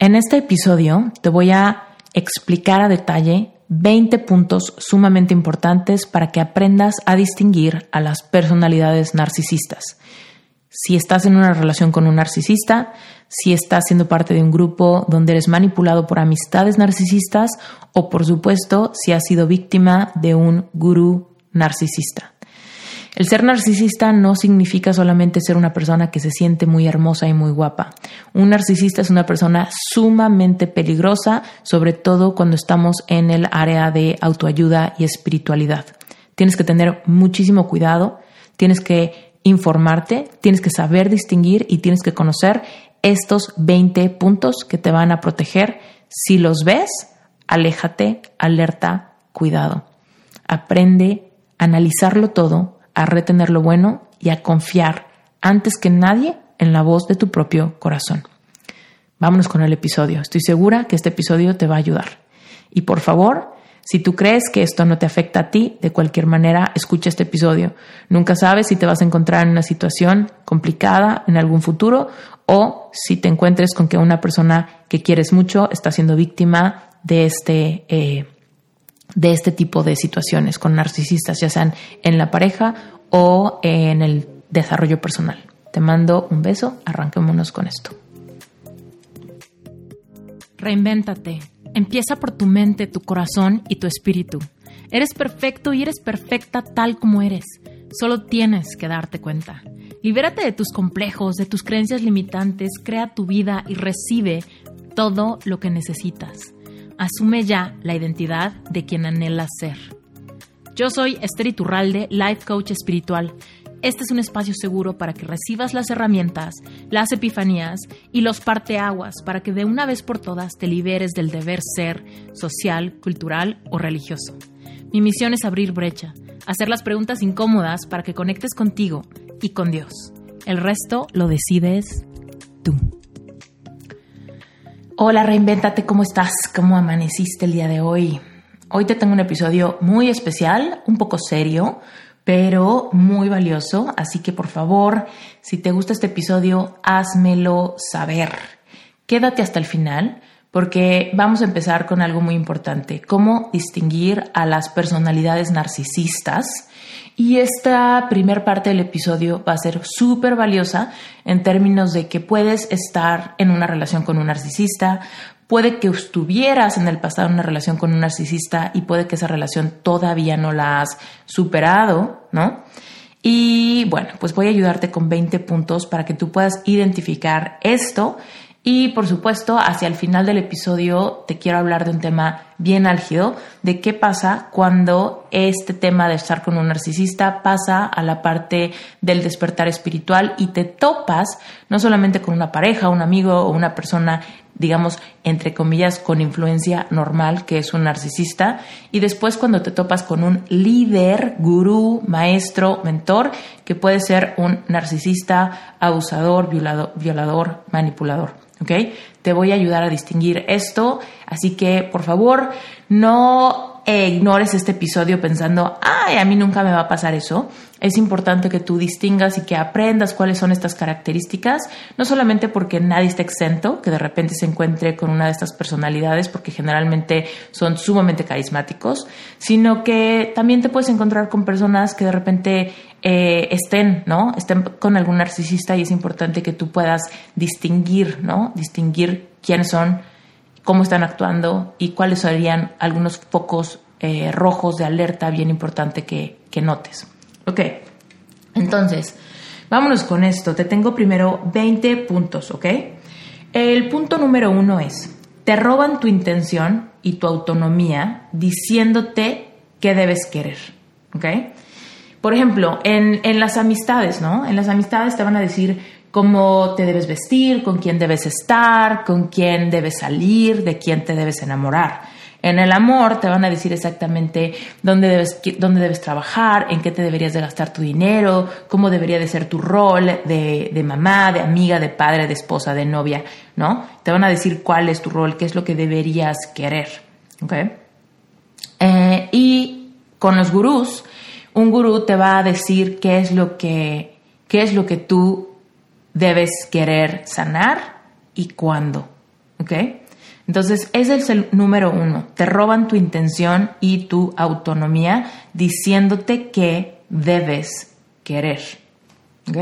En este episodio te voy a explicar a detalle 20 puntos sumamente importantes para que aprendas a distinguir a las personalidades narcisistas. Si estás en una relación con un narcisista, si estás siendo parte de un grupo donde eres manipulado por amistades narcisistas o, por supuesto, si has sido víctima de un gurú narcisista. El ser narcisista no significa solamente ser una persona que se siente muy hermosa y muy guapa. Un narcisista es una persona sumamente peligrosa, sobre todo cuando estamos en el área de autoayuda y espiritualidad. Tienes que tener muchísimo cuidado, tienes que informarte, tienes que saber distinguir y tienes que conocer estos 20 puntos que te van a proteger. Si los ves, aléjate, alerta, cuidado. Aprende a analizarlo todo, a retener lo bueno y a confiar antes que nadie en la voz de tu propio corazón. Vámonos con el episodio. Estoy segura que este episodio te va a ayudar. Y por favor, si tú crees que esto no te afecta a ti, de cualquier manera, escucha este episodio. Nunca sabes si te vas a encontrar en una situación complicada en algún futuro o si te encuentres con que una persona que quieres mucho está siendo víctima de este tipo de situaciones con narcisistas, ya sean en la pareja o en el desarrollo personal. Te mando un beso, arranquémonos con esto. Reinvéntate. Empieza por tu mente, tu corazón y tu espíritu. Eres perfecto y eres perfecta tal como eres. Solo tienes que darte cuenta. Libérate de tus complejos, de tus creencias limitantes, crea tu vida y recibe todo lo que necesitas. Asume ya la identidad de quien anhelas ser. Yo soy Esther Iturralde, Life Coach Espiritual. Este es un espacio seguro para que recibas las herramientas, las epifanías y los parteaguas para que de una vez por todas te liberes del deber ser social, cultural o religioso. Mi misión es abrir brecha, hacer las preguntas incómodas para que conectes contigo y con Dios. El resto lo decides tú. Hola, reinvéntate, ¿cómo estás? ¿Cómo amaneciste el día de hoy? Hoy te tengo un episodio muy especial, un poco serio, pero muy valioso. Así que, por favor, si te gusta este episodio, házmelo saber. Quédate hasta el final porque vamos a empezar con algo muy importante. Cómo distinguir a las personalidades narcisistas. Y esta primer parte del episodio va a ser súper valiosa en términos de que puedes estar en una relación con un narcisista, puede que estuvieras en el pasado en una relación con un narcisista y puede que esa relación todavía no la has superado, ¿no? Y bueno, pues voy a ayudarte con 20 puntos para que tú puedas identificar esto. Y por supuesto, hacia el final del episodio te quiero hablar de un tema bien álgido, de qué pasa cuando este tema de estar con un narcisista pasa a la parte del despertar espiritual y te topas no solamente con una pareja, un amigo o una persona, digamos, entre comillas, con influencia normal, que es un narcisista, y después cuando te topas con un líder, gurú, maestro, mentor, que puede ser un narcisista, abusador, violador, manipulador. ¿Ok? Te voy a ayudar a distinguir esto, así que por favor no ignores este episodio pensando, ay, a mí nunca me va a pasar eso. Es importante que tú distingas y que aprendas cuáles son estas características, no solamente porque nadie está exento, que de repente se encuentre con una de estas personalidades, porque generalmente son sumamente carismáticos, sino que también te puedes encontrar con personas que de repente estén con algún narcisista y es importante que tú puedas distinguir, ¿no? Distinguir quiénes son, cómo están actuando y cuáles serían algunos focos rojos de alerta bien importante que notes. Ok, entonces, vámonos con esto. Te tengo primero 20 puntos, ¿ok? El punto número 1 es, te roban tu intención y tu autonomía diciéndote qué debes querer, ¿ok? Por ejemplo, en las amistades, ¿no? En las amistades te van a decir cómo te debes vestir, con quién debes estar, con quién debes salir, de quién te debes enamorar. En el amor te van a decir exactamente dónde debes trabajar, en qué te deberías de gastar tu dinero, cómo debería de ser tu rol de mamá, de amiga, de padre, de esposa, de novia, ¿no? Te van a decir cuál es tu rol, qué es lo que deberías querer, ¿ok? Y con los gurús, un gurú te va a decir qué es lo que tú debes querer sanar y cuándo, ¿ok? Entonces, ese es el número 1. Te roban tu intención y tu autonomía diciéndote que debes querer, ¿ok?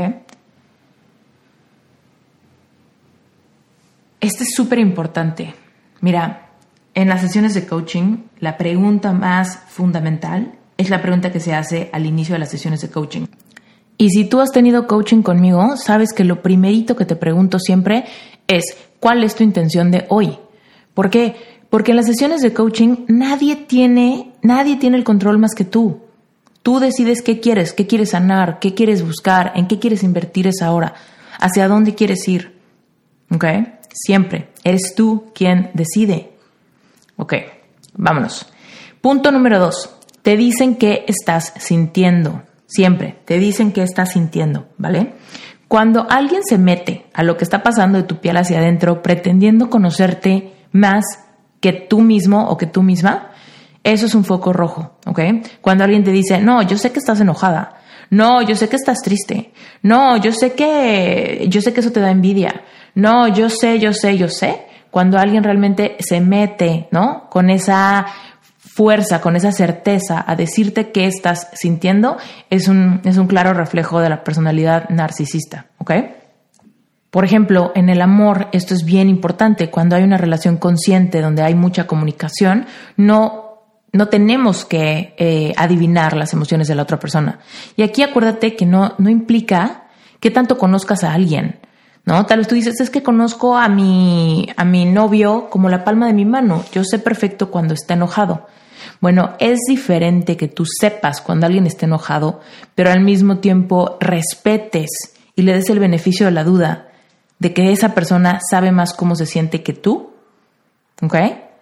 Este es súper importante. Mira, en las sesiones de coaching, la pregunta más fundamental es la pregunta que se hace al inicio de las sesiones de coaching. Y si tú has tenido coaching conmigo, sabes que lo primerito que te pregunto siempre es ¿cuál es tu intención de hoy? ¿Por qué? Porque en las sesiones de coaching nadie tiene el control más que tú. Tú decides qué quieres sanar, qué quieres buscar, en qué quieres invertir esa hora, hacia dónde quieres ir. ¿Ok? Siempre. Eres tú quien decide. Ok, vámonos. Punto número 2. Te dicen qué estás sintiendo. Siempre. Te dicen qué estás sintiendo, ¿vale? Cuando alguien se mete a lo que está pasando de tu piel hacia adentro, pretendiendo conocerte más que tú mismo o que tú misma, eso es un foco rojo, ¿ok? Cuando alguien te dice, no, yo sé que estás enojada. No, yo sé que estás triste. No, yo sé que eso te da envidia. No, yo sé. Cuando alguien realmente se mete, ¿no? Con esa fuerza, con esa certeza a decirte qué estás sintiendo, es un claro reflejo de la personalidad narcisista, ¿ok? Por ejemplo, en el amor, esto es bien importante. Cuando hay una relación consciente donde hay mucha comunicación, no tenemos que adivinar las emociones de la otra persona. Y aquí acuérdate que no implica que tanto conozcas a alguien, ¿no? Tal vez tú dices, es que conozco a mi novio como la palma de mi mano. Yo sé perfecto cuando está enojado. Bueno, es diferente que tú sepas cuando alguien está enojado, pero al mismo tiempo respetes y le des el beneficio de la duda de que esa persona sabe más cómo se siente que tú, ¿ok?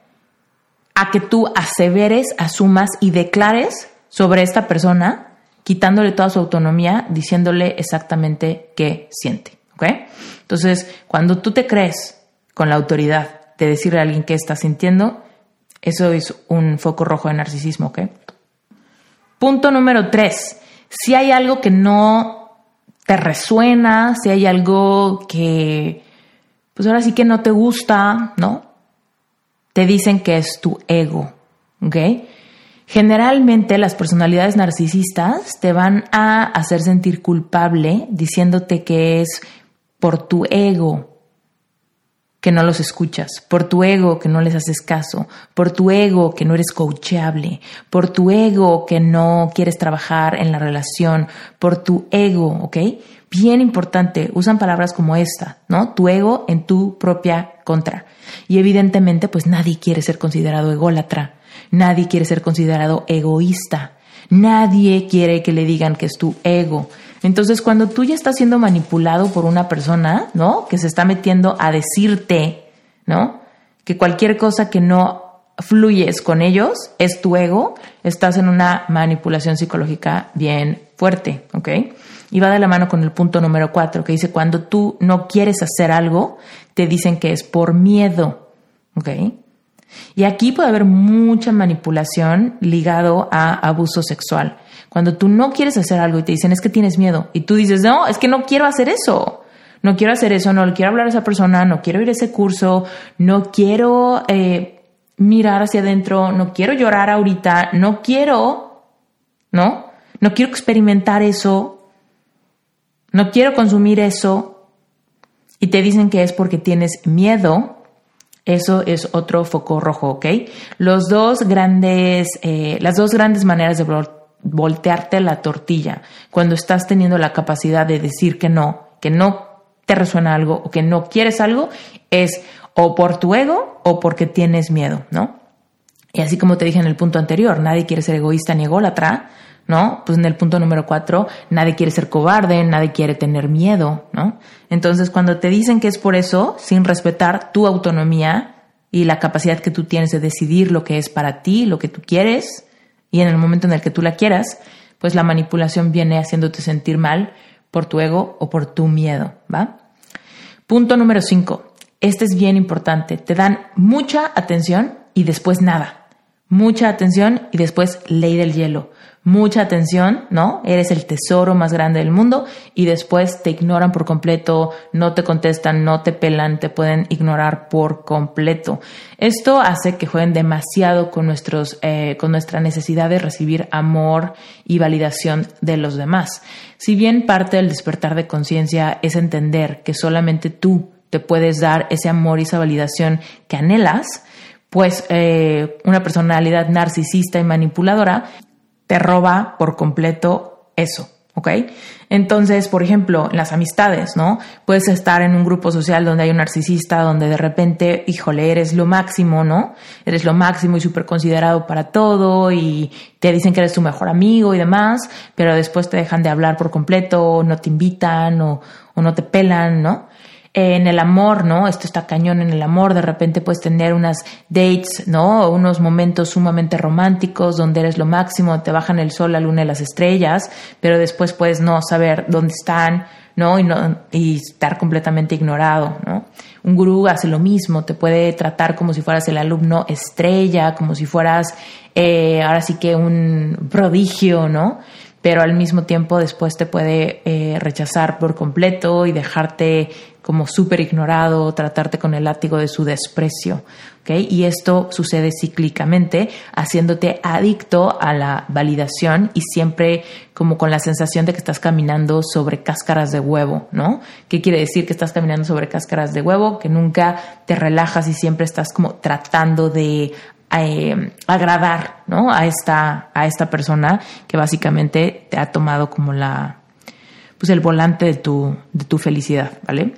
A que tú aseveres, asumas y declares sobre esta persona, quitándole toda su autonomía, diciéndole exactamente qué siente, ¿ok? Entonces, cuando tú te crees con la autoridad de decirle a alguien qué está sintiendo, eso es un foco rojo de narcisismo, ¿ok? Punto número 3. Si hay algo que no te resuena, si hay algo que, pues ahora sí que no te gusta, ¿no? Te dicen que es tu ego, ¿ok? Generalmente las personalidades narcisistas te van a hacer sentir culpable diciéndote que es por tu ego que no los escuchas, por tu ego que no les haces caso, por tu ego que no eres coachable, por tu ego que no quieres trabajar en la relación, por tu ego, ¿ok? Bien importante, usan palabras como esta, ¿no? Tu ego en tu propia contra. Y evidentemente, pues nadie quiere ser considerado ególatra, nadie quiere ser considerado egoísta, nadie quiere que le digan que es tu ego. Entonces, cuando tú ya estás siendo manipulado por una persona, ¿no? Que se está metiendo a decirte, ¿no? Que cualquier cosa que no fluyes con ellos es tu ego, estás en una manipulación psicológica bien fuerte, ¿ok? Y va de la mano con el punto número 4, que dice, cuando tú no quieres hacer algo, te dicen que es por miedo, ¿ok? Y aquí puede haber mucha manipulación ligado a abuso sexual. Cuando tú no quieres hacer algo y te dicen, es que tienes miedo, y tú dices, no, es que no quiero hacer eso, no le quiero hablar a esa persona, no quiero ir a ese curso, no quiero mirar hacia adentro, no quiero llorar ahorita, no quiero experimentar eso, no quiero consumir eso, y te dicen que es porque tienes miedo. Eso es otro foco rojo, ¿ok? Las dos grandes maneras de voltearte la tortilla cuando estás teniendo la capacidad de decir que no te resuena algo o que no quieres algo, es o por tu ego o porque tienes miedo, ¿no? Y así como te dije en el punto anterior, nadie quiere ser egoísta ni ególatra, ¿no? Pues en el punto número 4, nadie quiere ser cobarde, nadie quiere tener miedo, ¿no? Entonces, cuando te dicen que es por eso, sin respetar tu autonomía y la capacidad que tú tienes de decidir lo que es para ti, lo que tú quieres, y en el momento en el que tú la quieras, pues la manipulación viene haciéndote sentir mal por tu ego o por tu miedo, ¿va? Punto número 5. Este es bien importante. Te dan mucha atención y después nada. Mucha atención y después ley del hielo. mucha atención, ¿no? Eres el tesoro más grande del mundo y después te ignoran por completo, no te contestan, no te pelan, te pueden ignorar por completo. Esto hace que jueguen demasiado con nuestra necesidad de recibir amor y validación de los demás. Si bien parte del despertar de conciencia es entender que solamente tú te puedes dar ese amor y esa validación que anhelas, pues una personalidad narcisista y manipuladora te roba por completo eso, ¿ok? Entonces, por ejemplo, en las amistades, ¿no? Puedes estar en un grupo social donde hay un narcisista, donde de repente, híjole, eres lo máximo, ¿no? Eres lo máximo y súper considerado para todo y te dicen que eres tu mejor amigo y demás, pero después te dejan de hablar por completo, no te invitan o no te pelan, ¿no? En el amor, ¿no? Esto está cañón en el amor. De repente puedes tener unas dates, ¿no? Unos momentos sumamente románticos donde eres lo máximo, te bajan el sol, la luna y las estrellas, pero después puedes no saber dónde están, ¿no? Y estar completamente ignorado, ¿no? Un gurú hace lo mismo, te puede tratar como si fueras el alumno estrella, como si fueras ahora sí que un prodigio, ¿no? Pero al mismo tiempo después te puede rechazar por completo y dejarte como súper ignorado, tratarte con el látigo de su desprecio, ¿ok? Y esto sucede cíclicamente, haciéndote adicto a la validación y siempre como con la sensación de que estás caminando sobre cáscaras de huevo, ¿no? ¿Qué quiere decir que estás caminando sobre cáscaras de huevo? Que nunca te relajas y siempre estás como tratando de agradar, ¿no? a esta persona que básicamente te ha tomado como el volante de tu felicidad, ¿vale?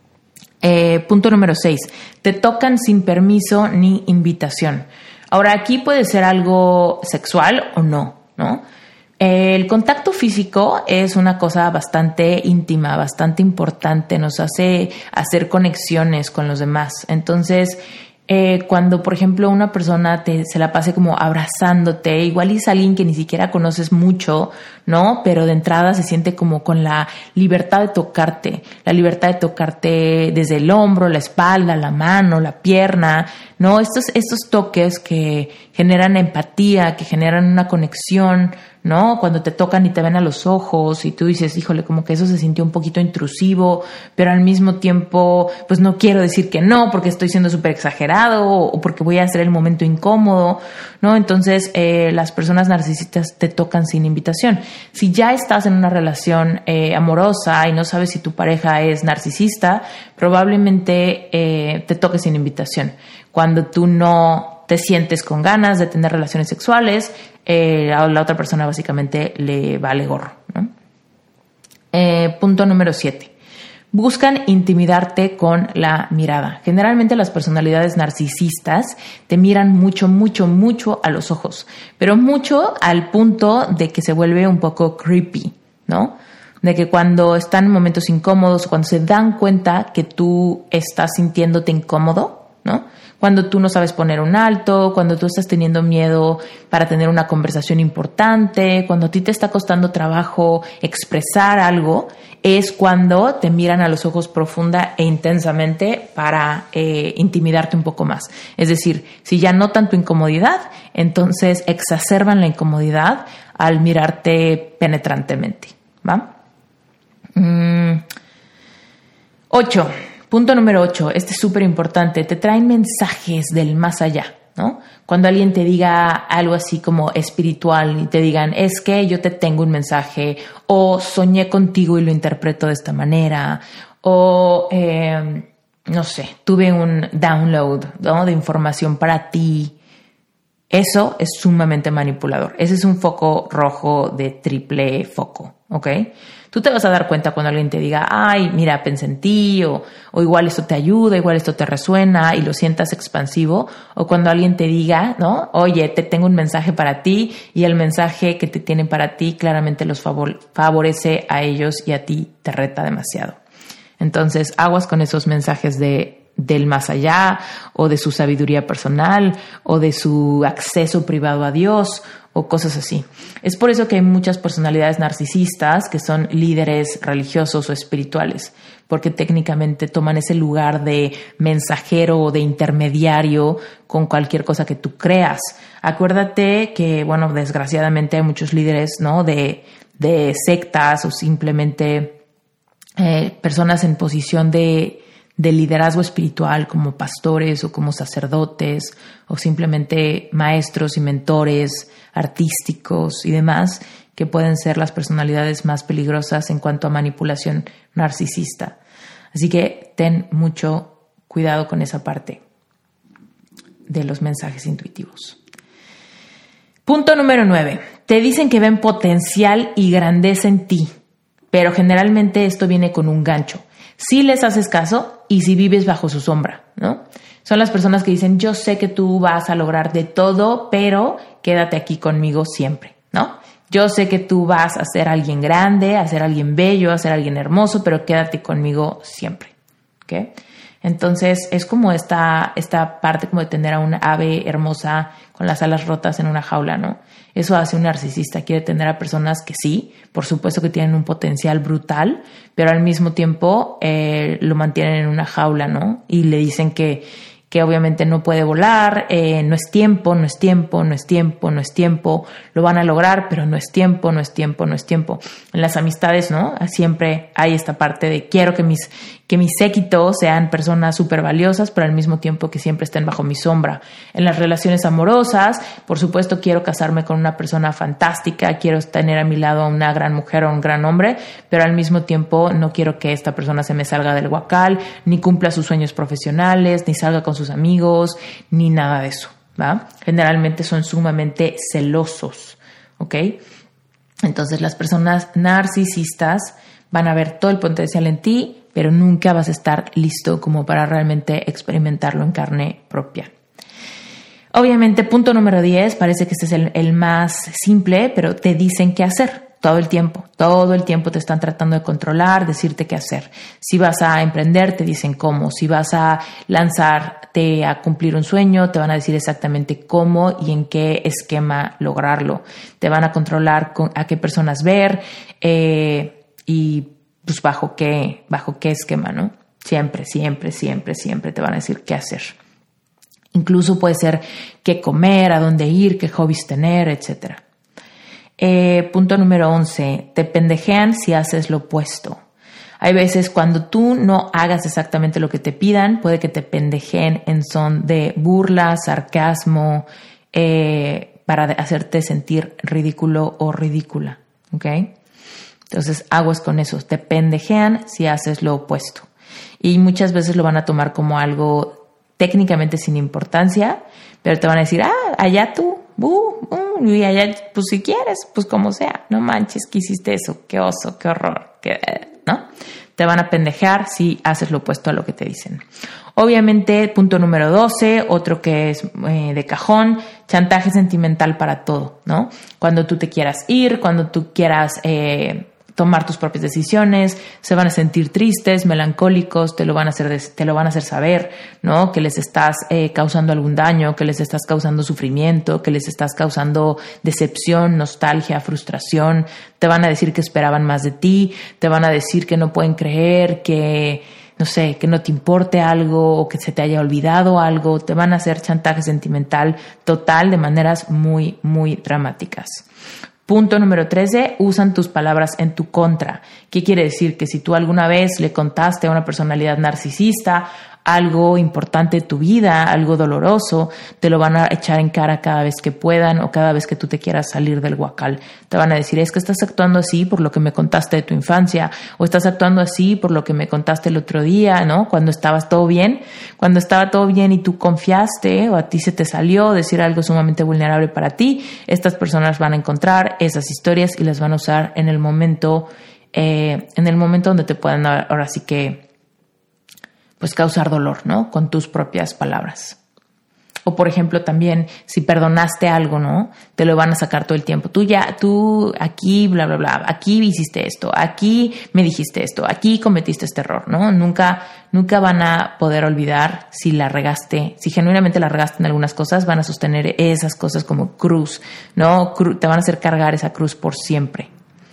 Punto número 6. Te tocan sin permiso ni invitación. Ahora, aquí puede ser algo sexual o no, ¿no? El contacto físico es una cosa bastante íntima, bastante importante, nos hace hacer conexiones con los demás. Entonces, cuando, por ejemplo, una persona se la pase como abrazándote, igual es alguien que ni siquiera conoces mucho, ¿no? Pero de entrada se siente como con la libertad de tocarte desde el hombro, la espalda, la mano, la pierna, ¿no? Estos toques que generan empatía, que generan una conexión, ¿no? Cuando te tocan y te ven a los ojos y tú dices, híjole, como que eso se sintió un poquito intrusivo, pero al mismo tiempo, pues no quiero decir que no, porque estoy siendo súper exagerado o porque voy a hacer el momento incómodo, ¿no? Entonces, las personas narcisistas te tocan sin invitación. Si ya estás en una relación amorosa y no sabes si tu pareja es narcisista, probablemente te toque sin invitación. Cuando tú no te sientes con ganas de tener relaciones sexuales, a la otra persona básicamente le vale gorro, ¿no? Punto número 7. Buscan intimidarte con la mirada. Generalmente las personalidades narcisistas te miran mucho, mucho, mucho a los ojos, pero mucho al punto de que se vuelve un poco creepy, ¿no? De que cuando están en momentos incómodos, cuando se dan cuenta que tú estás sintiéndote incómodo, ¿no? Cuando tú no sabes poner un alto, cuando tú estás teniendo miedo para tener una conversación importante, cuando a ti te está costando trabajo expresar algo, es cuando te miran a los ojos profunda e intensamente para intimidarte un poco más. Es decir, si ya notan tu incomodidad, entonces exacerban la incomodidad al mirarte penetrantemente, ¿va? 8. Punto número 8, este es súper importante, te traen mensajes del más allá, ¿no? Cuando alguien te diga algo así como espiritual y te digan, es que yo te tengo un mensaje, o soñé contigo y lo interpreto de esta manera, o no sé, tuve un download, ¿no? De información para ti. Eso es sumamente manipulador. Ese es un foco rojo de triple foco, ¿ok? Tú te vas a dar cuenta cuando alguien te diga, ay, mira, pensé en ti, o igual esto te ayuda, igual esto te resuena y lo sientas expansivo, o cuando alguien te diga, ¿no? Oye, te tengo un mensaje para ti y el mensaje que te tienen para ti claramente los favorece a ellos y a ti te reta demasiado. Entonces, aguas con esos mensajes de del más allá, o de su sabiduría personal, o de su acceso privado a Dios, o cosas así. Es por eso que hay muchas personalidades narcisistas que son líderes religiosos o espirituales, porque técnicamente toman ese lugar de mensajero o de intermediario con cualquier cosa que tú creas. Acuérdate que, bueno, desgraciadamente hay muchos líderes, ¿no?, de sectas o simplemente personas en posición de liderazgo espiritual como pastores o como sacerdotes o simplemente maestros y mentores artísticos y demás, que pueden ser las personalidades más peligrosas en cuanto a manipulación narcisista. Así que ten mucho cuidado con esa parte de los mensajes intuitivos. Punto número 9. Te dicen que ven potencial y grandeza en ti, pero generalmente esto viene con un gancho. Si les haces caso y si vives bajo su sombra, ¿no? Son las personas que dicen, yo sé que tú vas a lograr de todo, pero quédate aquí conmigo siempre, ¿no? Yo sé que tú vas a ser alguien grande, a ser alguien bello, a ser alguien hermoso, pero quédate conmigo siempre, ¿ok? Entonces es como esta parte como de tener a una ave hermosa con las alas rotas en una jaula, ¿no? Eso hace un narcisista, quiere tener a personas que sí, por supuesto que tienen un potencial brutal, pero al mismo tiempo lo mantienen en una jaula, ¿no? Y le dicen que obviamente no puede volar, no es tiempo, no es tiempo, no es tiempo, no es tiempo, lo van a lograr, pero no es tiempo, no es tiempo, no es tiempo. En las amistades, ¿no? Siempre hay esta parte de quiero que mis séquitos sean personas súper valiosas, pero al mismo tiempo que siempre estén bajo mi sombra. En las relaciones amorosas, por supuesto, quiero casarme con una persona fantástica, quiero tener a mi lado a una gran mujer o un gran hombre, pero al mismo tiempo no quiero que esta persona se me salga del huacal, ni cumpla sus sueños profesionales, ni salga con sus amigos, ni nada de eso, ¿va? Generalmente son sumamente celosos, ¿ok? Entonces las personas narcisistas van a ver todo el potencial en ti, pero nunca vas a estar listo como para realmente experimentarlo en carne propia. Obviamente, punto número 10, parece que este es el más simple, pero te dicen qué hacer todo el tiempo te están tratando de controlar, decirte qué hacer. Si vas a emprender, te dicen cómo. Si vas a lanzarte a cumplir un sueño, te van a decir exactamente cómo y en qué esquema lograrlo. Te van a controlar a qué personas ver y pues bajo qué esquema, ¿no? Siempre te van a decir qué hacer. Incluso puede ser qué comer, a dónde ir, qué hobbies tener, etc. Punto número 11. Te pendejean si haces lo opuesto. Hay veces cuando tú no hagas exactamente lo que te pidan, puede que te pendejeen en son de burla, sarcasmo, para hacerte sentir ridículo o ridícula, ¿ok? Entonces, aguas con eso. Te pendejean si haces lo opuesto. Y muchas veces lo van a tomar como algo técnicamente sin importancia, pero te van a decir, allá tú, y allá, pues si quieres, pues como sea, no manches, que hiciste eso, qué oso, qué horror, ¿no? Te van a pendejear si haces lo opuesto a lo que te dicen. Obviamente, punto número 12, otro que es de cajón, chantaje sentimental para todo, ¿no? Cuando tú te quieras ir, cuando tú quieras tomar tus propias decisiones, se van a sentir tristes, melancólicos, te lo van a hacer saber, ¿no? Que les estás causando algún daño, que les estás causando sufrimiento, que les estás causando decepción, nostalgia, frustración. Te van a decir que esperaban más de ti, te van a decir que no pueden creer, que no sé, que no te importe algo o que se te haya olvidado algo. Te van a hacer chantaje sentimental total de maneras muy, muy dramáticas. Punto número 13, usan tus palabras en tu contra. ¿Qué quiere decir? Que si tú alguna vez le contaste a una personalidad narcisista algo importante de tu vida, algo doloroso, te lo van a echar en cara cada vez que puedan o cada vez que tú te quieras salir del huacal. Te van a decir, es que estás actuando así por lo que me contaste de tu infancia, o estás actuando así por lo que me contaste el otro día, ¿no? Cuando estabas todo bien, cuando estaba todo bien y tú confiaste o a ti se te salió decir algo sumamente vulnerable para ti, estas personas van a encontrar esas historias y las van a usar en el momento donde te puedan ahora sí que pues causar dolor, ¿no? Con tus propias palabras. O por ejemplo también si perdonaste algo, ¿no? Te lo van a sacar todo el tiempo. Tú aquí bla bla bla, aquí hiciste esto, aquí me dijiste esto, aquí cometiste este error, ¿no? Nunca van a poder olvidar si la regaste, si genuinamente la regaste en algunas cosas, van a sostener esas cosas como cruz, ¿no? Te van a hacer cargar esa cruz por siempre.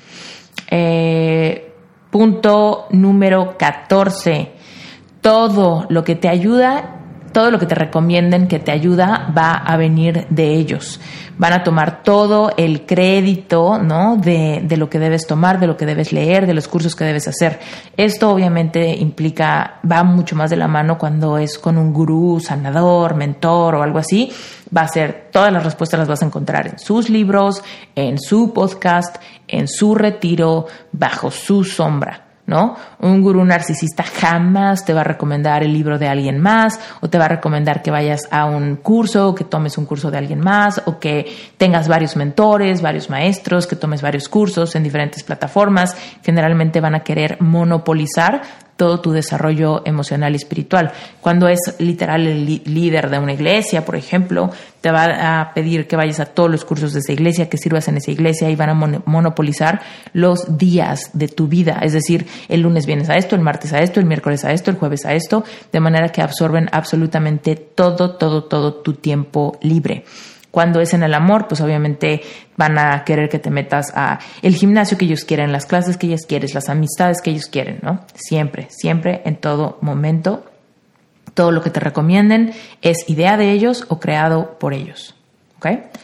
Punto número 14. Todo lo que te ayuda, todo lo que te recomienden que te ayuda va a venir de ellos. Van a tomar todo el crédito, ¿no? de lo que debes tomar, de lo que debes leer, de los cursos que debes hacer. Esto obviamente va mucho más de la mano cuando es con un gurú, sanador, mentor o algo así. Va a ser, todas las respuestas las vas a encontrar en sus libros, en su podcast, en su retiro, bajo su sombra, ¿no? Un gurú narcisista jamás te va a recomendar el libro de alguien más, o te va a recomendar que vayas a un curso, o que tomes un curso de alguien más, o que tengas varios mentores, varios maestros, que tomes varios cursos en diferentes plataformas. Generalmente van a querer monopolizar todo tu desarrollo emocional y espiritual. Cuando es literal el líder de una iglesia, por ejemplo, te va a pedir que vayas a todos los cursos de esa iglesia, que sirvas en esa iglesia, y van a monopolizar los días de tu vida. Es decir, el lunes vienes a esto, el martes a esto, el miércoles a esto, el jueves a esto, de manera que absorben absolutamente todo tu tiempo libre. Cuando es en el amor, pues obviamente van a querer que te metas a el gimnasio que ellos quieren, las clases que ellos quieren, las amistades que ellos quieren, ¿no? Siempre, en todo momento, todo lo que te recomienden es idea de ellos o creado por ellos, ¿ok?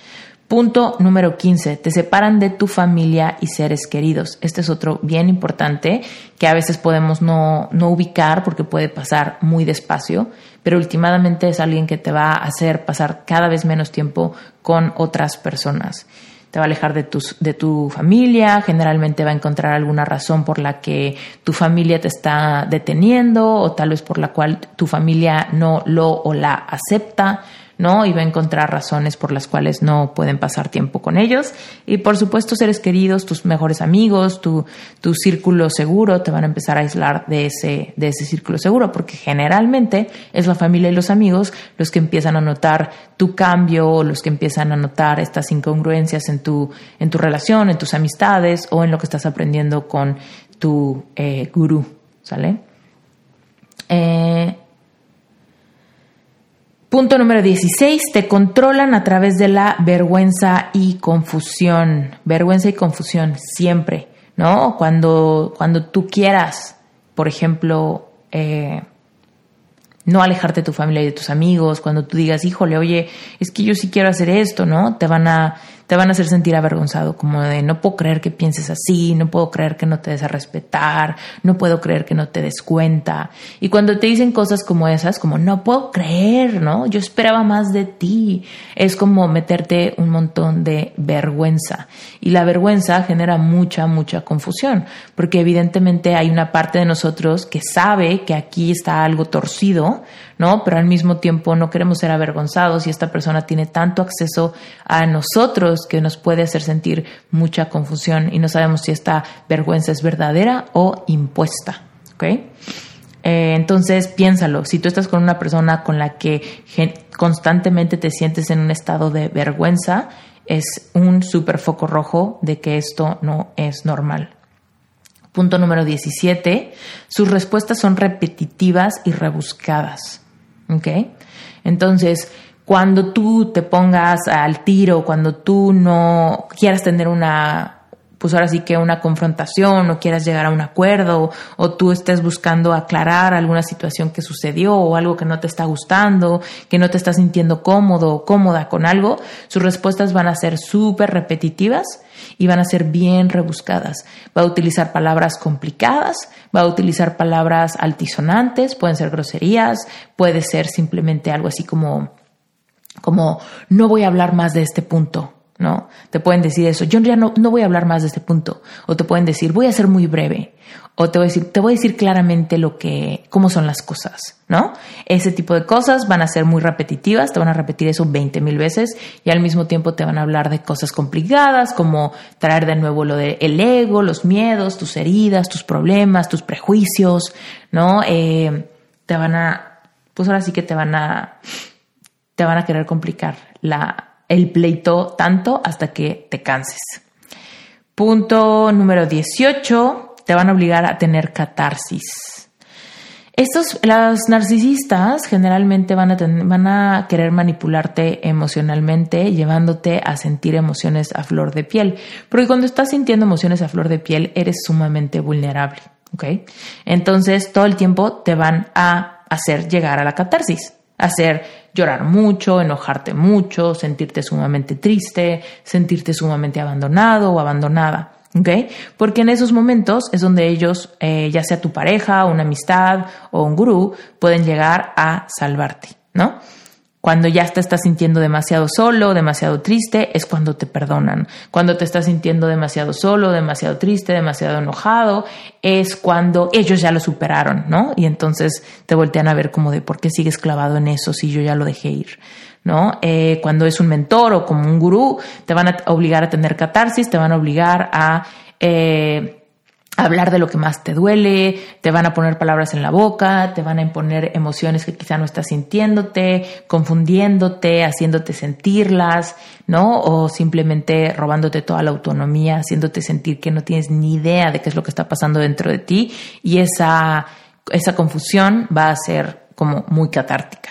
Punto número 15. Te separan de tu familia y seres queridos. Este es otro bien importante que a veces podemos no ubicar porque puede pasar muy despacio, pero últimamente es alguien que te va a hacer pasar cada vez menos tiempo con otras personas. Te va a alejar de tu familia, generalmente va a encontrar alguna razón por la que tu familia te está deteniendo, o tal vez por la cual tu familia no lo o la acepta, ¿no? Y va a encontrar razones por las cuales no pueden pasar tiempo con ellos. Y por supuesto, seres queridos, tus mejores amigos, tu círculo seguro, te van a empezar a aislar de ese círculo seguro, porque generalmente es la familia y los amigos los que empiezan a notar tu cambio, los que empiezan a notar estas incongruencias en tu relación, en tus amistades o en lo que estás aprendiendo con tu gurú, ¿sale? Punto número 16, te controlan a través de la vergüenza y confusión. Vergüenza y confusión, siempre, ¿no? Cuando tú quieras, por ejemplo, no alejarte de tu familia y de tus amigos, cuando tú digas, híjole, oye, es que yo sí quiero hacer esto, ¿no? Te van a hacer sentir avergonzado, como de no puedo creer que pienses así, no puedo creer que no te des a respetar, no puedo creer que no te des cuenta. Y cuando te dicen cosas como esas, como no puedo creer, ¿no? Yo esperaba más de ti, es como meterte un montón de vergüenza. Y la vergüenza genera mucha confusión, porque evidentemente hay una parte de nosotros que sabe que aquí está algo torcido, ¿no? Pero al mismo tiempo no queremos ser avergonzados, y esta persona tiene tanto acceso a nosotros que nos puede hacer sentir mucha confusión y no sabemos si esta vergüenza es verdadera o impuesta, ¿ok? Entonces piénsalo, si tú estás con una persona con la que constantemente te sientes en un estado de vergüenza, es un súper foco rojo de que esto no es normal. Punto número 17, sus respuestas son repetitivas y rebuscadas, ¿ok? Entonces, cuando tú te pongas al tiro, cuando tú no quieras tener pues ahora sí que una confrontación, o quieras llegar a un acuerdo, o tú estés buscando aclarar alguna situación que sucedió o algo que no te está gustando, que no te estás sintiendo cómodo o cómoda con algo, sus respuestas van a ser súper repetitivas y van a ser bien rebuscadas. Va a utilizar palabras complicadas, va a utilizar palabras altisonantes, pueden ser groserías, puede ser simplemente algo así como no voy a hablar más de este punto, ¿no? Te pueden decir eso, yo ya no voy a hablar más de este punto. O te pueden decir, voy a ser muy breve. O te voy a decir claramente cómo son las cosas, ¿no? Ese tipo de cosas van a ser muy repetitivas, te van a repetir eso 20,000 veces, y al mismo tiempo te van a hablar de cosas complicadas, como traer de nuevo lo del ego, los miedos, tus heridas, tus problemas, tus prejuicios, ¿no? Pues ahora sí que te van a te van a querer complicar el pleito tanto hasta que te canses. Punto número 18, te van a obligar a tener catarsis. Los narcisistas generalmente van a querer manipularte emocionalmente, llevándote a sentir emociones a flor de piel. Porque cuando estás sintiendo emociones a flor de piel, eres sumamente vulnerable, ¿ok? Entonces, todo el tiempo te van a hacer llegar a la catarsis, hacer llorar mucho, enojarte mucho, sentirte sumamente triste, sentirte sumamente abandonado o abandonada. ¿Okay? Porque en esos momentos es donde ellos, ya sea tu pareja, una amistad o un gurú, pueden llegar a salvarte, ¿no? Cuando ya te estás sintiendo demasiado solo, demasiado triste, es cuando te perdonan. Cuando te estás sintiendo demasiado solo, demasiado triste, demasiado enojado, es cuando ellos ya lo superaron, ¿no? Y entonces te voltean a ver como de ¿por qué sigues clavado en eso si yo ya lo dejé ir? ¿No? Cuando es un mentor o como un gurú, te van a obligar a tener catarsis, te van a obligar a hablar de lo que más te duele, te van a poner palabras en la boca, te van a imponer emociones que quizá no estás sintiéndote, confundiéndote, haciéndote sentirlas, ¿no? O simplemente robándote toda la autonomía, haciéndote sentir que no tienes ni idea de qué es lo que está pasando dentro de ti, y esa confusión va a ser como muy catártica.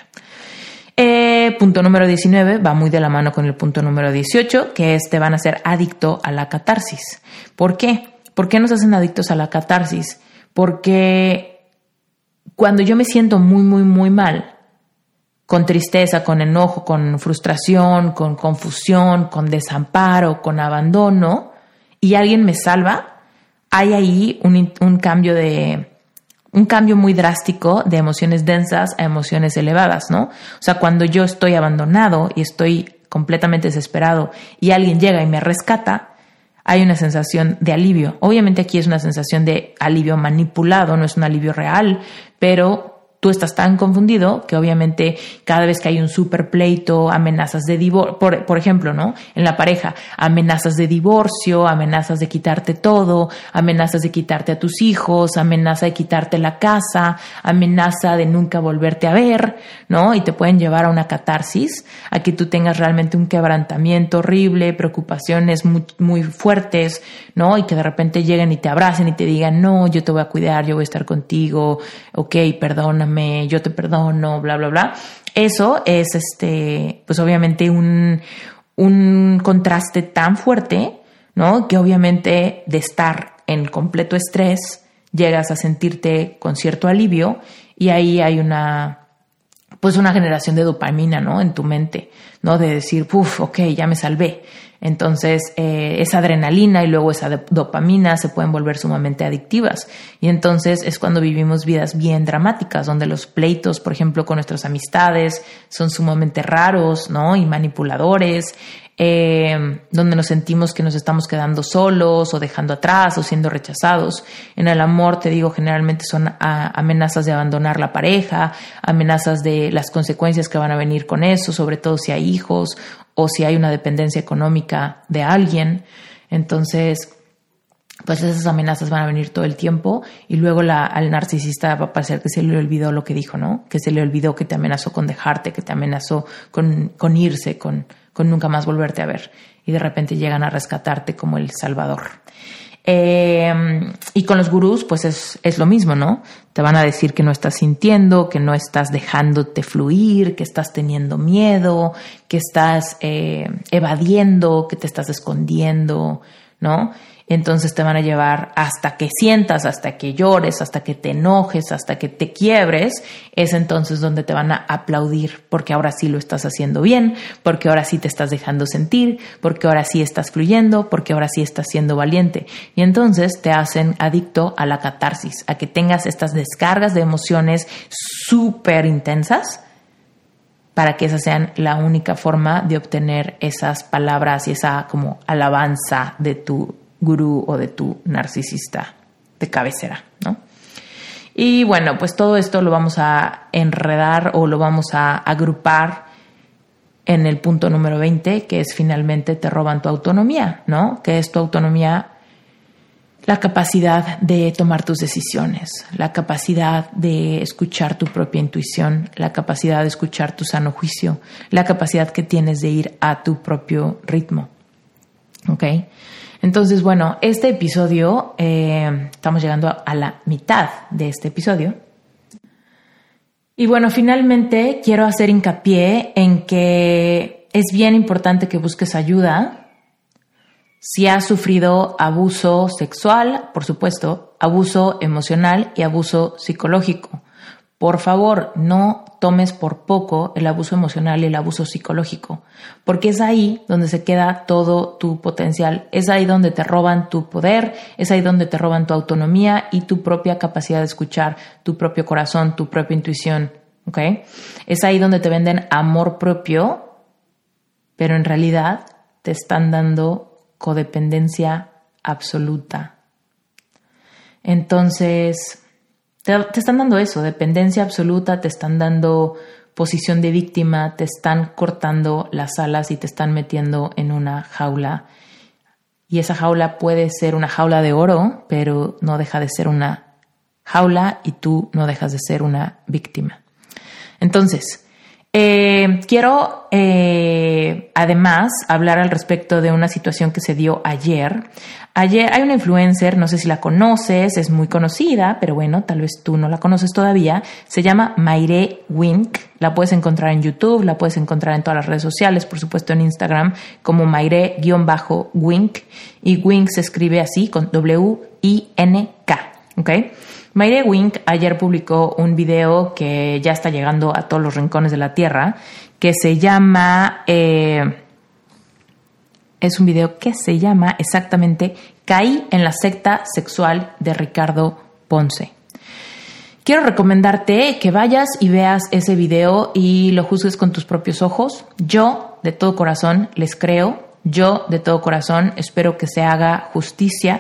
Punto número 19 va muy de la mano con el punto número 18, que es te van a hacer adicto a la catarsis. ¿Por qué? ¿Por qué nos hacen adictos a la catarsis? Porque cuando yo me siento muy, muy, muy mal, con tristeza, con enojo, con frustración, con confusión, con desamparo, con abandono, y alguien me salva, hay ahí un cambio muy drástico de emociones densas a emociones elevadas, ¿no? O sea, cuando yo estoy abandonado y estoy completamente desesperado y alguien llega y me rescata, hay una sensación de alivio. Obviamente aquí es una sensación de alivio manipulado, no es un alivio real, pero tú estás tan confundido que obviamente cada vez que hay un súper pleito, amenazas de divorcio, por ejemplo, ¿no? En la pareja, amenazas de divorcio, amenazas de quitarte todo, amenazas de quitarte a tus hijos, amenaza de quitarte la casa, amenaza de nunca volverte a ver, ¿no? Y te pueden llevar a una catarsis, a que tú tengas realmente un quebrantamiento horrible, preocupaciones muy, muy fuertes, ¿no? Y que de repente lleguen y te abracen y te digan, no, yo te voy a cuidar, yo voy a estar contigo, ok, perdóname, yo te perdono, bla, bla, bla. Eso es, pues obviamente un contraste tan fuerte, ¿no? Que obviamente de estar en completo estrés llegas a sentirte con cierto alivio y ahí hay una generación de dopamina, ¿no? En tu mente, ¿no? De decir, ok, ya me salvé. Entonces, esa adrenalina y luego esa dopamina se pueden volver sumamente adictivas. Y entonces es cuando vivimos vidas bien dramáticas, donde los pleitos, por ejemplo, con nuestras amistades son sumamente raros, ¿no? Y manipuladores, donde nos sentimos que nos estamos quedando solos o dejando atrás o siendo rechazados. En el amor, te digo, generalmente son amenazas de abandonar la pareja, amenazas de las consecuencias que van a venir con eso, sobre todo si hay hijos o si hay una dependencia económica de alguien. Entonces, pues esas amenazas van a venir todo el tiempo y luego al narcisista va a parecer que se le olvidó lo que dijo, ¿no? Que se le olvidó que te amenazó con dejarte, que te amenazó con irse, con nunca más volverte a ver. Y de repente llegan a rescatarte como el salvador. Y con los gurús, pues es lo mismo, ¿no? Te van a decir que no estás sintiendo, que no estás dejándote fluir, que estás teniendo miedo, que estás evadiendo, que te estás escondiendo, ¿no? Entonces te van a llevar hasta que sientas, hasta que llores, hasta que te enojes, hasta que te quiebres. Es entonces donde te van a aplaudir, porque ahora sí lo estás haciendo bien, porque ahora sí te estás dejando sentir, porque ahora sí estás fluyendo, porque ahora sí estás siendo valiente. Y entonces te hacen adicto a la catarsis, a que tengas estas descargas de emociones súper intensas, para que esa sean la única forma de obtener esas palabras y esa como alabanza de tu gurú o de tu narcisista de cabecera, ¿no? Y bueno, pues todo esto lo vamos a enredar o lo vamos a agrupar en el punto número 20, que es finalmente te roban tu autonomía, ¿no? Que es tu autonomía la capacidad de tomar tus decisiones, la capacidad de escuchar tu propia intuición, la capacidad de escuchar tu sano juicio, la capacidad que tienes de ir a tu propio ritmo. ¿Ok? Entonces, bueno, este episodio, estamos llegando a la mitad de este episodio. Y bueno, finalmente quiero hacer hincapié en que es bien importante que busques ayuda. Si has sufrido abuso sexual, por supuesto, abuso emocional y abuso psicológico. Por favor, no tomes por poco el abuso emocional y el abuso psicológico, porque es ahí donde se queda todo tu potencial, es ahí donde te roban tu poder, es ahí donde te roban tu autonomía y tu propia capacidad de escuchar, tu propio corazón, tu propia intuición, ¿ok? Es ahí donde te venden amor propio, pero en realidad te están dando codependencia absoluta. Entonces, te están dando eso, dependencia absoluta, te están dando posición de víctima, te están cortando las alas y te están metiendo en una jaula. Y esa jaula puede ser una jaula de oro, pero no deja de ser una jaula y tú no dejas de ser una víctima. Entonces, quiero además hablar al respecto de una situación que se dio ayer. Ayer hay una influencer, no sé si la conoces, es muy conocida, pero bueno, tal vez tú no la conoces todavía. Se llama Mayre Wink. La puedes encontrar en YouTube, la puedes encontrar en todas las redes sociales, por supuesto en Instagram, como Mayre-Wink. Y Wink se escribe así, con W-I-N-K, ¿ok? Mayre Wink ayer publicó un video que ya está llegando a todos los rincones de la tierra, que se llama, es un video que se llama exactamente Caí en la secta sexual de Ricardo Ponce. Quiero recomendarte que vayas y veas ese video y lo juzgues con tus propios ojos. Yo de todo corazón les creo, yo de todo corazón espero que se haga justicia.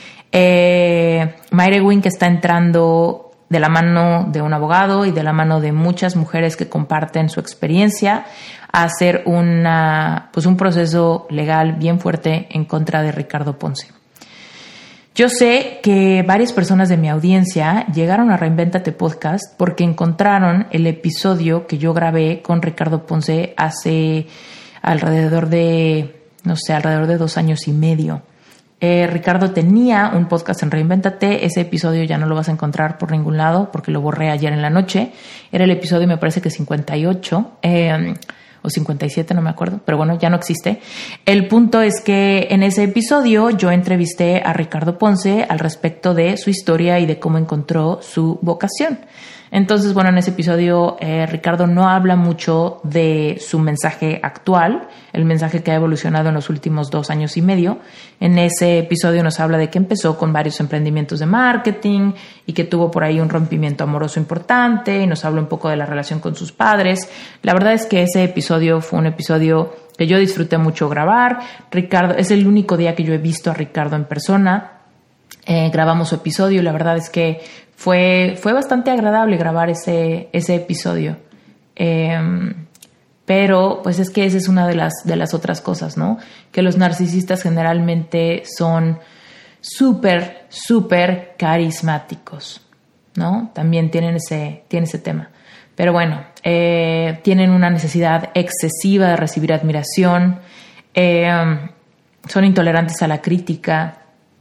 Mayre Wink está entrando de la mano de un abogado y de la mano de muchas mujeres que comparten su experiencia a hacer un proceso legal bien fuerte en contra de Ricardo Ponce. Yo sé que varias personas de mi audiencia llegaron a Reinvéntate Podcast porque encontraron el episodio que yo grabé con Ricardo Ponce hace alrededor de 2 años y medio. Ricardo tenía un podcast en Reinvéntate. Ese episodio ya no lo vas a encontrar por ningún lado porque lo borré ayer en la noche. Era el episodio, me parece que 58 o 57, no me acuerdo, pero bueno, ya no existe. El punto es que en ese episodio yo entrevisté a Ricardo Ponce al respecto de su historia y de cómo encontró su vocación. Entonces, bueno, en ese episodio Ricardo no habla mucho de su mensaje actual, el mensaje que ha evolucionado en los últimos 2 años y medio. En ese episodio nos habla de que empezó con varios emprendimientos de marketing y que tuvo por ahí un rompimiento amoroso importante y nos habla un poco de la relación con sus padres. La verdad es que ese episodio fue un episodio que yo disfruté mucho grabar. Ricardo, es el único día que yo he visto a Ricardo en persona. Grabamos su episodio y la verdad es que fue bastante agradable grabar ese episodio. Pero pues es que esa es una de las otras cosas, ¿no? Que los narcisistas generalmente son súper, súper carismáticos, ¿no? También tienen ese tema. Pero bueno, tienen una necesidad excesiva de recibir admiración, son intolerantes a la crítica,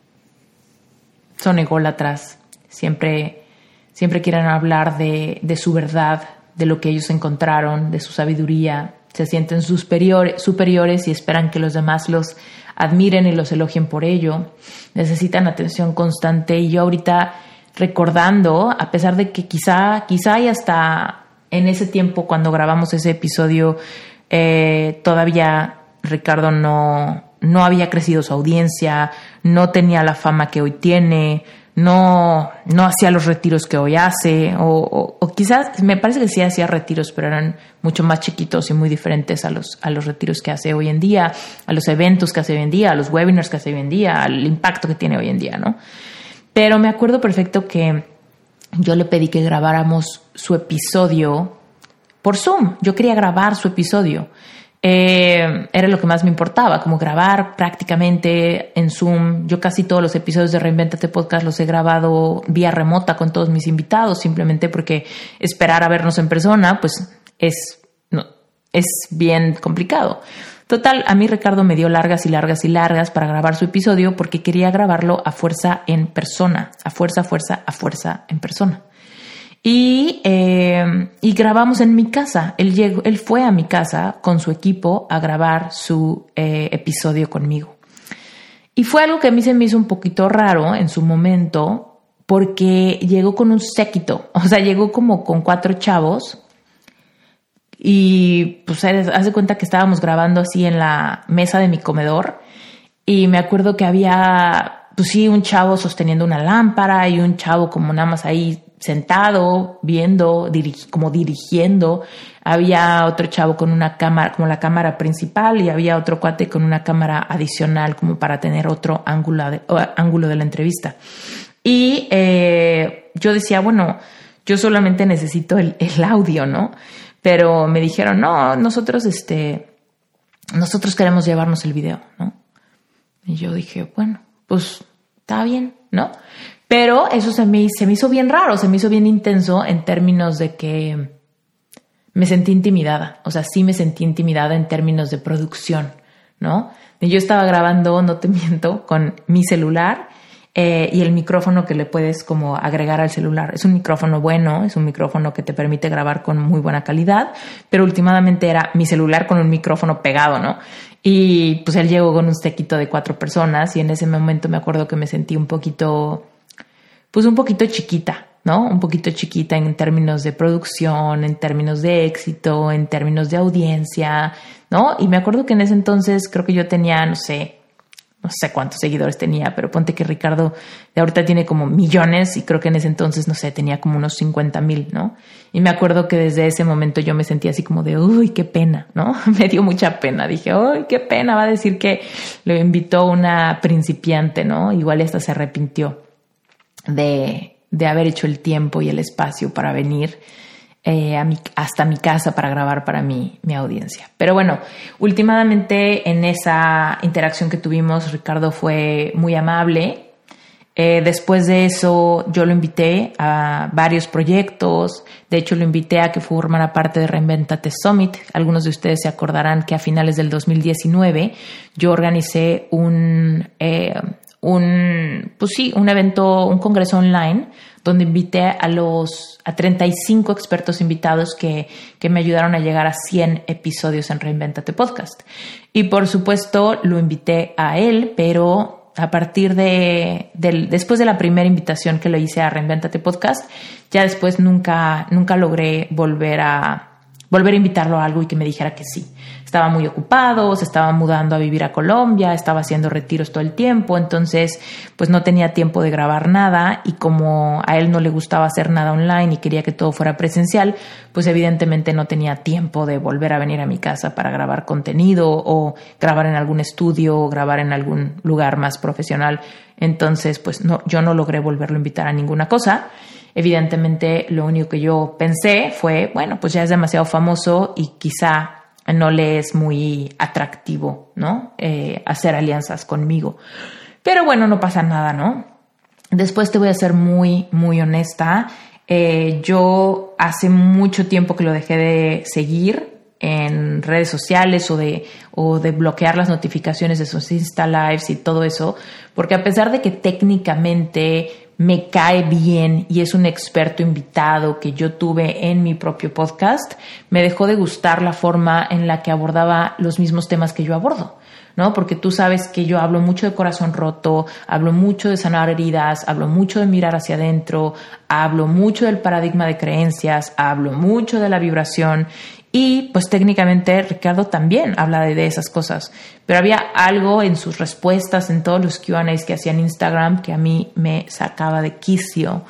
son ególatras, siempre quieren hablar de su verdad, de lo que ellos encontraron, de su sabiduría, se sienten superiores y esperan que los demás los admiren y los elogien por ello, necesitan atención constante. Y yo ahorita recordando, a pesar de que quizá y hasta en ese tiempo cuando grabamos ese episodio todavía Ricardo no había crecido su audiencia, no tenía la fama que hoy tiene, no hacía los retiros que hoy hace, o quizás, me parece que sí hacía retiros, pero eran mucho más chiquitos y muy diferentes a los retiros que hace hoy en día, a los eventos que hace hoy en día, a los webinars que hace hoy en día, al impacto que tiene hoy en día, ¿no? Pero me acuerdo perfecto que yo le pedí que grabáramos su episodio por Zoom. Yo quería grabar su episodio. era lo que más me importaba, como grabar prácticamente en Zoom. Yo casi todos los episodios de Reinvéntate Podcast los he grabado vía remota con todos mis invitados, simplemente porque esperar a vernos en persona pues es bien complicado. Total, a mí Ricardo me dio largas para grabar su episodio porque quería grabarlo a fuerza en persona, a fuerza en persona. Y grabamos en mi casa. Él fue a mi casa con su equipo a grabar su episodio conmigo. Y fue algo que a mí se me hizo un poquito raro en su momento porque llegó con un séquito. O sea, llegó como con 4 chavos y pues haz de cuenta que estábamos grabando así en la mesa de mi comedor y me acuerdo que había, pues sí, un chavo sosteniendo una lámpara y un chavo como nada más ahí sentado, viendo, como dirigiendo. Había otro chavo con una cámara, como la cámara principal, y había otro cuate con una cámara adicional como para tener otro ángulo de la entrevista. Y yo decía, bueno, yo solamente necesito el audio, ¿no? Pero me dijeron, no, nosotros queremos llevarnos el video, ¿no? Y yo dije, bueno, pues está bien, ¿no? Pero eso se me hizo bien raro, se me hizo bien intenso en términos de que me sentí intimidada. O sea, sí me sentí intimidada en términos de producción, ¿no? Y yo estaba grabando, no te miento, con mi celular y el micrófono que le puedes como agregar al celular. Es un micrófono bueno, es un micrófono que te permite grabar con muy buena calidad, pero últimamente era mi celular con un micrófono pegado, ¿no? Y pues él llegó con un séquito de 4 personas y en ese momento me acuerdo que me sentí un poquito chiquita, ¿no? Un poquito chiquita en términos de producción, en términos de éxito, en términos de audiencia, ¿no? Y me acuerdo que en ese entonces creo que yo tenía, no sé cuántos seguidores tenía, pero ponte que Ricardo de ahorita tiene como millones y creo que en ese entonces, no sé, tenía como unos 50,000, ¿no? Y me acuerdo que desde ese momento yo me sentía así como de, uy, qué pena, ¿no? Me dio mucha pena. Dije, uy, qué pena, va a decir que lo invitó una principiante, ¿no? Igual hasta se arrepintió de haber hecho el tiempo y el espacio para venir hasta mi casa para grabar para mi audiencia. Pero bueno, últimamente en esa interacción que tuvimos, Ricardo fue muy amable. Después de eso, yo lo invité a varios proyectos. De hecho, lo invité a que formara parte de Reinvéntate Summit. Algunos de ustedes se acordarán que a finales del 2019 yo organicé un evento, un congreso online donde invité a 35 expertos invitados que me ayudaron a llegar a 100 episodios en Reinvéntate Podcast. Y por supuesto lo invité a él, pero a partir después de la primera invitación que le hice a Reinvéntate Podcast, ya después nunca logré volver a invitarlo a algo y que me dijera que sí. Estaba muy ocupado, se estaba mudando a vivir a Colombia, estaba haciendo retiros todo el tiempo, entonces pues no tenía tiempo de grabar nada y como a él no le gustaba hacer nada online y quería que todo fuera presencial, pues evidentemente no tenía tiempo de volver a venir a mi casa para grabar contenido o grabar en algún estudio o grabar en algún lugar más profesional. Entonces pues yo no logré volverlo a invitar a ninguna cosa. Evidentemente lo único que yo pensé fue, bueno, pues ya es demasiado famoso y quizá no le es muy atractivo, ¿no? Hacer alianzas conmigo. Pero bueno, no pasa nada, ¿no? Después te voy a ser muy, muy honesta. Yo hace mucho tiempo que lo dejé de seguir en redes sociales o de bloquear las notificaciones de sus Insta Lives y todo eso, porque a pesar de que técnicamente me cae bien y es un experto invitado que yo tuve en mi propio podcast, me dejó de gustar la forma en la que abordaba los mismos temas que yo abordo, ¿no? Porque tú sabes que yo hablo mucho de corazón roto, hablo mucho de sanar heridas, hablo mucho de mirar hacia adentro, hablo mucho del paradigma de creencias, hablo mucho de la vibración. Y pues técnicamente Ricardo también habla de esas cosas, pero había algo en sus respuestas, en todos los Q&As que hacía en Instagram que a mí me sacaba de quicio.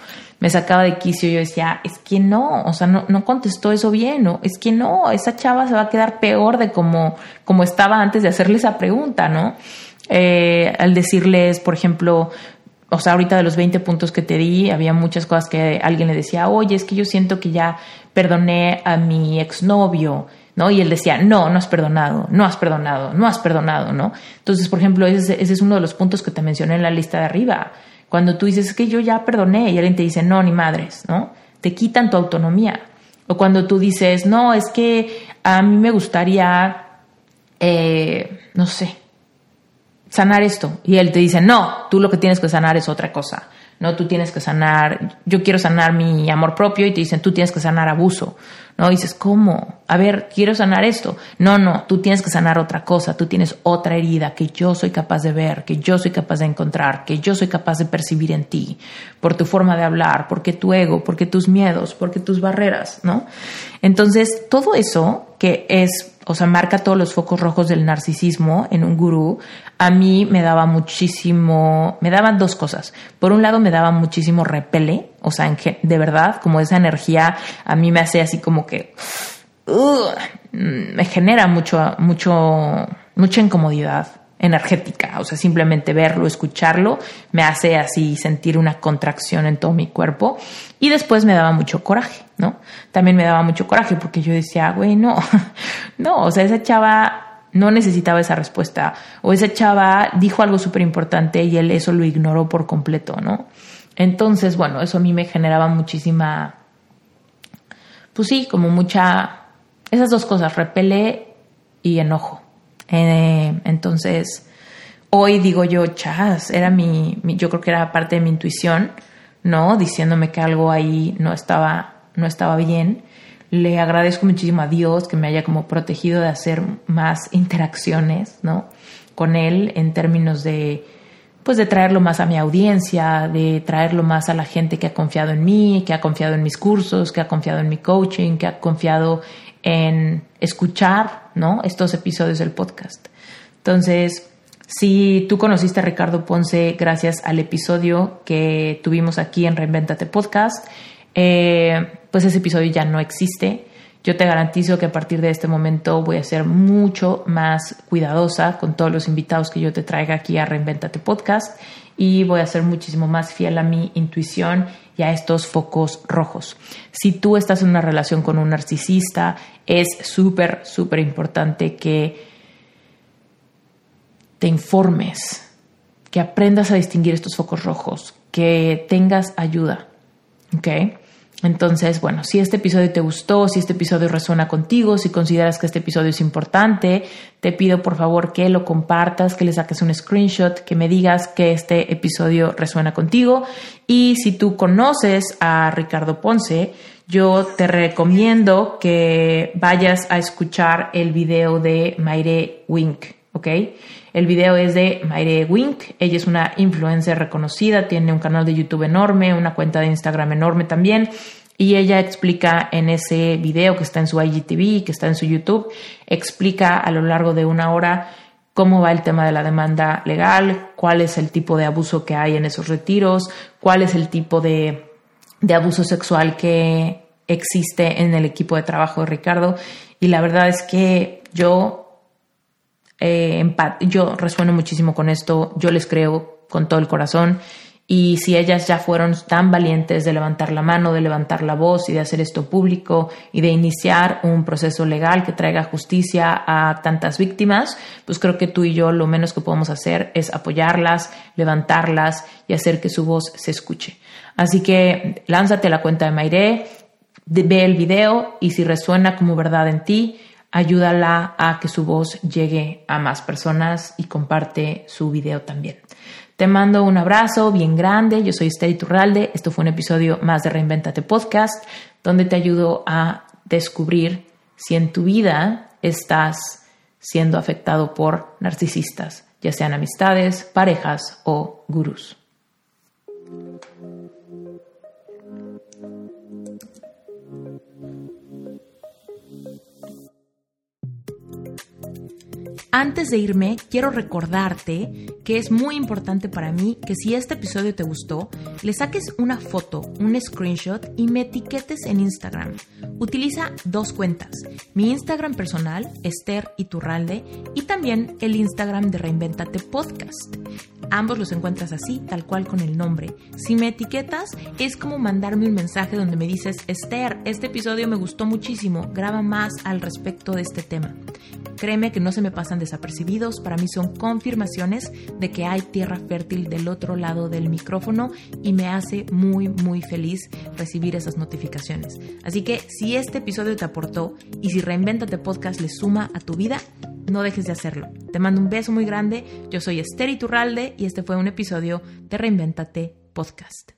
Yo decía, es que no, o sea, no contestó eso bien, ¿no? Es que no, esa chava se va a quedar peor de como estaba antes de hacerle esa pregunta, ¿no? Al decirles, por ejemplo, o sea, ahorita de los 20 puntos que te di, había muchas cosas que alguien le decía, oye, es que yo siento que ya perdoné a mi exnovio, ¿no? Y él decía, no has perdonado, no has perdonado, no has perdonado, ¿no? Entonces, por ejemplo, ese es uno de los puntos que te mencioné en la lista de arriba. Cuando tú dices, es que yo ya perdoné, y alguien te dice, no, ni madres, ¿no? Te quitan tu autonomía. O cuando tú dices, no, es que a mí me gustaría, no sé, sanar esto. Y él te dice, no, tú lo que tienes que sanar es otra cosa. No, tú tienes que sanar, yo quiero sanar mi amor propio, y te dicen, tú tienes que sanar abuso. No, y dices, ¿cómo? A ver, quiero sanar esto. No, tú tienes que sanar otra cosa, tú tienes otra herida que yo soy capaz de ver, que yo soy capaz de encontrar, que yo soy capaz de percibir en ti, por tu forma de hablar, porque tu ego, porque tus miedos, porque tus barreras, ¿no? Entonces, todo eso que es, o sea, marca todos los focos rojos del narcisismo en un gurú, a mí me daba muchísimo, me daban dos cosas. Por un lado, me daba muchísimo repele, o sea, de verdad, como esa energía a mí me hace así como que me genera mucha incomodidad energética, o sea, simplemente verlo, escucharlo, me hace así sentir una contracción en todo mi cuerpo. Y después me daba mucho coraje, ¿no? También me daba mucho coraje porque yo decía, güey, no, o sea, esa chava no necesitaba esa respuesta, o esa chava dijo algo súper importante y él eso lo ignoró por completo, ¿no? Entonces, bueno, eso a mí me generaba muchísima, pues sí, como mucha, esas dos cosas, repele y enojo. Entonces, hoy digo yo, chas, era yo creo que era parte de mi intuición, ¿no? Diciéndome que algo ahí no estaba bien. Le agradezco muchísimo a Dios que me haya como protegido de hacer más interacciones, ¿no? Con él en términos de, pues de traerlo más a mi audiencia, de traerlo más a la gente que ha confiado en mí, que ha confiado en mis cursos, que ha confiado en mi coaching, que ha confiado en escuchar, ¿no? Estos episodios del podcast. Entonces, si tú conociste a Ricardo Ponce gracias al episodio que tuvimos aquí en Reinvéntate Podcast, pues ese episodio ya no existe. Yo te garantizo que a partir de este momento voy a ser mucho más cuidadosa con todos los invitados que yo te traiga aquí a Reinvéntate Podcast, y voy a ser muchísimo más fiel a mi intuición y a estos focos rojos. Si tú estás en una relación con un narcisista, es súper, súper importante que te informes, que aprendas a distinguir estos focos rojos, que tengas ayuda, ¿ok? Entonces, bueno, si este episodio te gustó, si este episodio resuena contigo, si consideras que este episodio es importante, te pido por favor que lo compartas, que le saques un screenshot, que me digas que este episodio resuena contigo. Y si tú conoces a Ricardo Ponce, yo te recomiendo que vayas a escuchar el video de Mayre Wink, ¿ok? El video es de Mayre Wink. Ella es una influencer reconocida, tiene un canal de YouTube enorme, una cuenta de Instagram enorme también. Y ella explica en ese video que está en su IGTV, que está en su YouTube, explica a lo largo de 1 hora cómo va el tema de la demanda legal, cuál es el tipo de abuso que hay en esos retiros, cuál es el tipo de abuso sexual que existe en el equipo de trabajo de Ricardo. Y la verdad es que yo resueno muchísimo con esto, yo les creo con todo el corazón, y si ellas ya fueron tan valientes de levantar la mano, de levantar la voz y de hacer esto público y de iniciar un proceso legal que traiga justicia a tantas víctimas, pues creo que tú y yo lo menos que podemos hacer es apoyarlas, levantarlas y hacer que su voz se escuche. Así que lánzate a la cuenta de Mayre, ve el video, y si resuena como verdad en ti, ayúdala a que su voz llegue a más personas y comparte su video también. Te mando un abrazo bien grande. Yo soy Esther Iturralde. Esto fue un episodio más de Reinvéntate Podcast, donde te ayudo a descubrir si en tu vida estás siendo afectado por narcisistas, ya sean amistades, parejas o gurús. Antes de irme, quiero recordarte que es muy importante para mí que si este episodio te gustó, le saques una foto, un screenshot y me etiquetes en Instagram. Utiliza 2 cuentas, mi Instagram personal, Esther Iturralde, y también el Instagram de Reinvéntate Podcast. Ambos los encuentras así, tal cual con el nombre. Si me etiquetas, es como mandarme un mensaje donde me dices: Esther, este episodio me gustó muchísimo, graba más al respecto de este tema. Créeme que no se me pasan desapercibidos, para mí son confirmaciones de que hay tierra fértil del otro lado del micrófono y me hace muy, muy feliz recibir esas notificaciones. Así que si este episodio te aportó y si Reinvéntate Podcast le suma a tu vida, no dejes de hacerlo. Te mando un beso muy grande. Yo soy Esther Iturralde y este fue un episodio de Reinvéntate Podcast.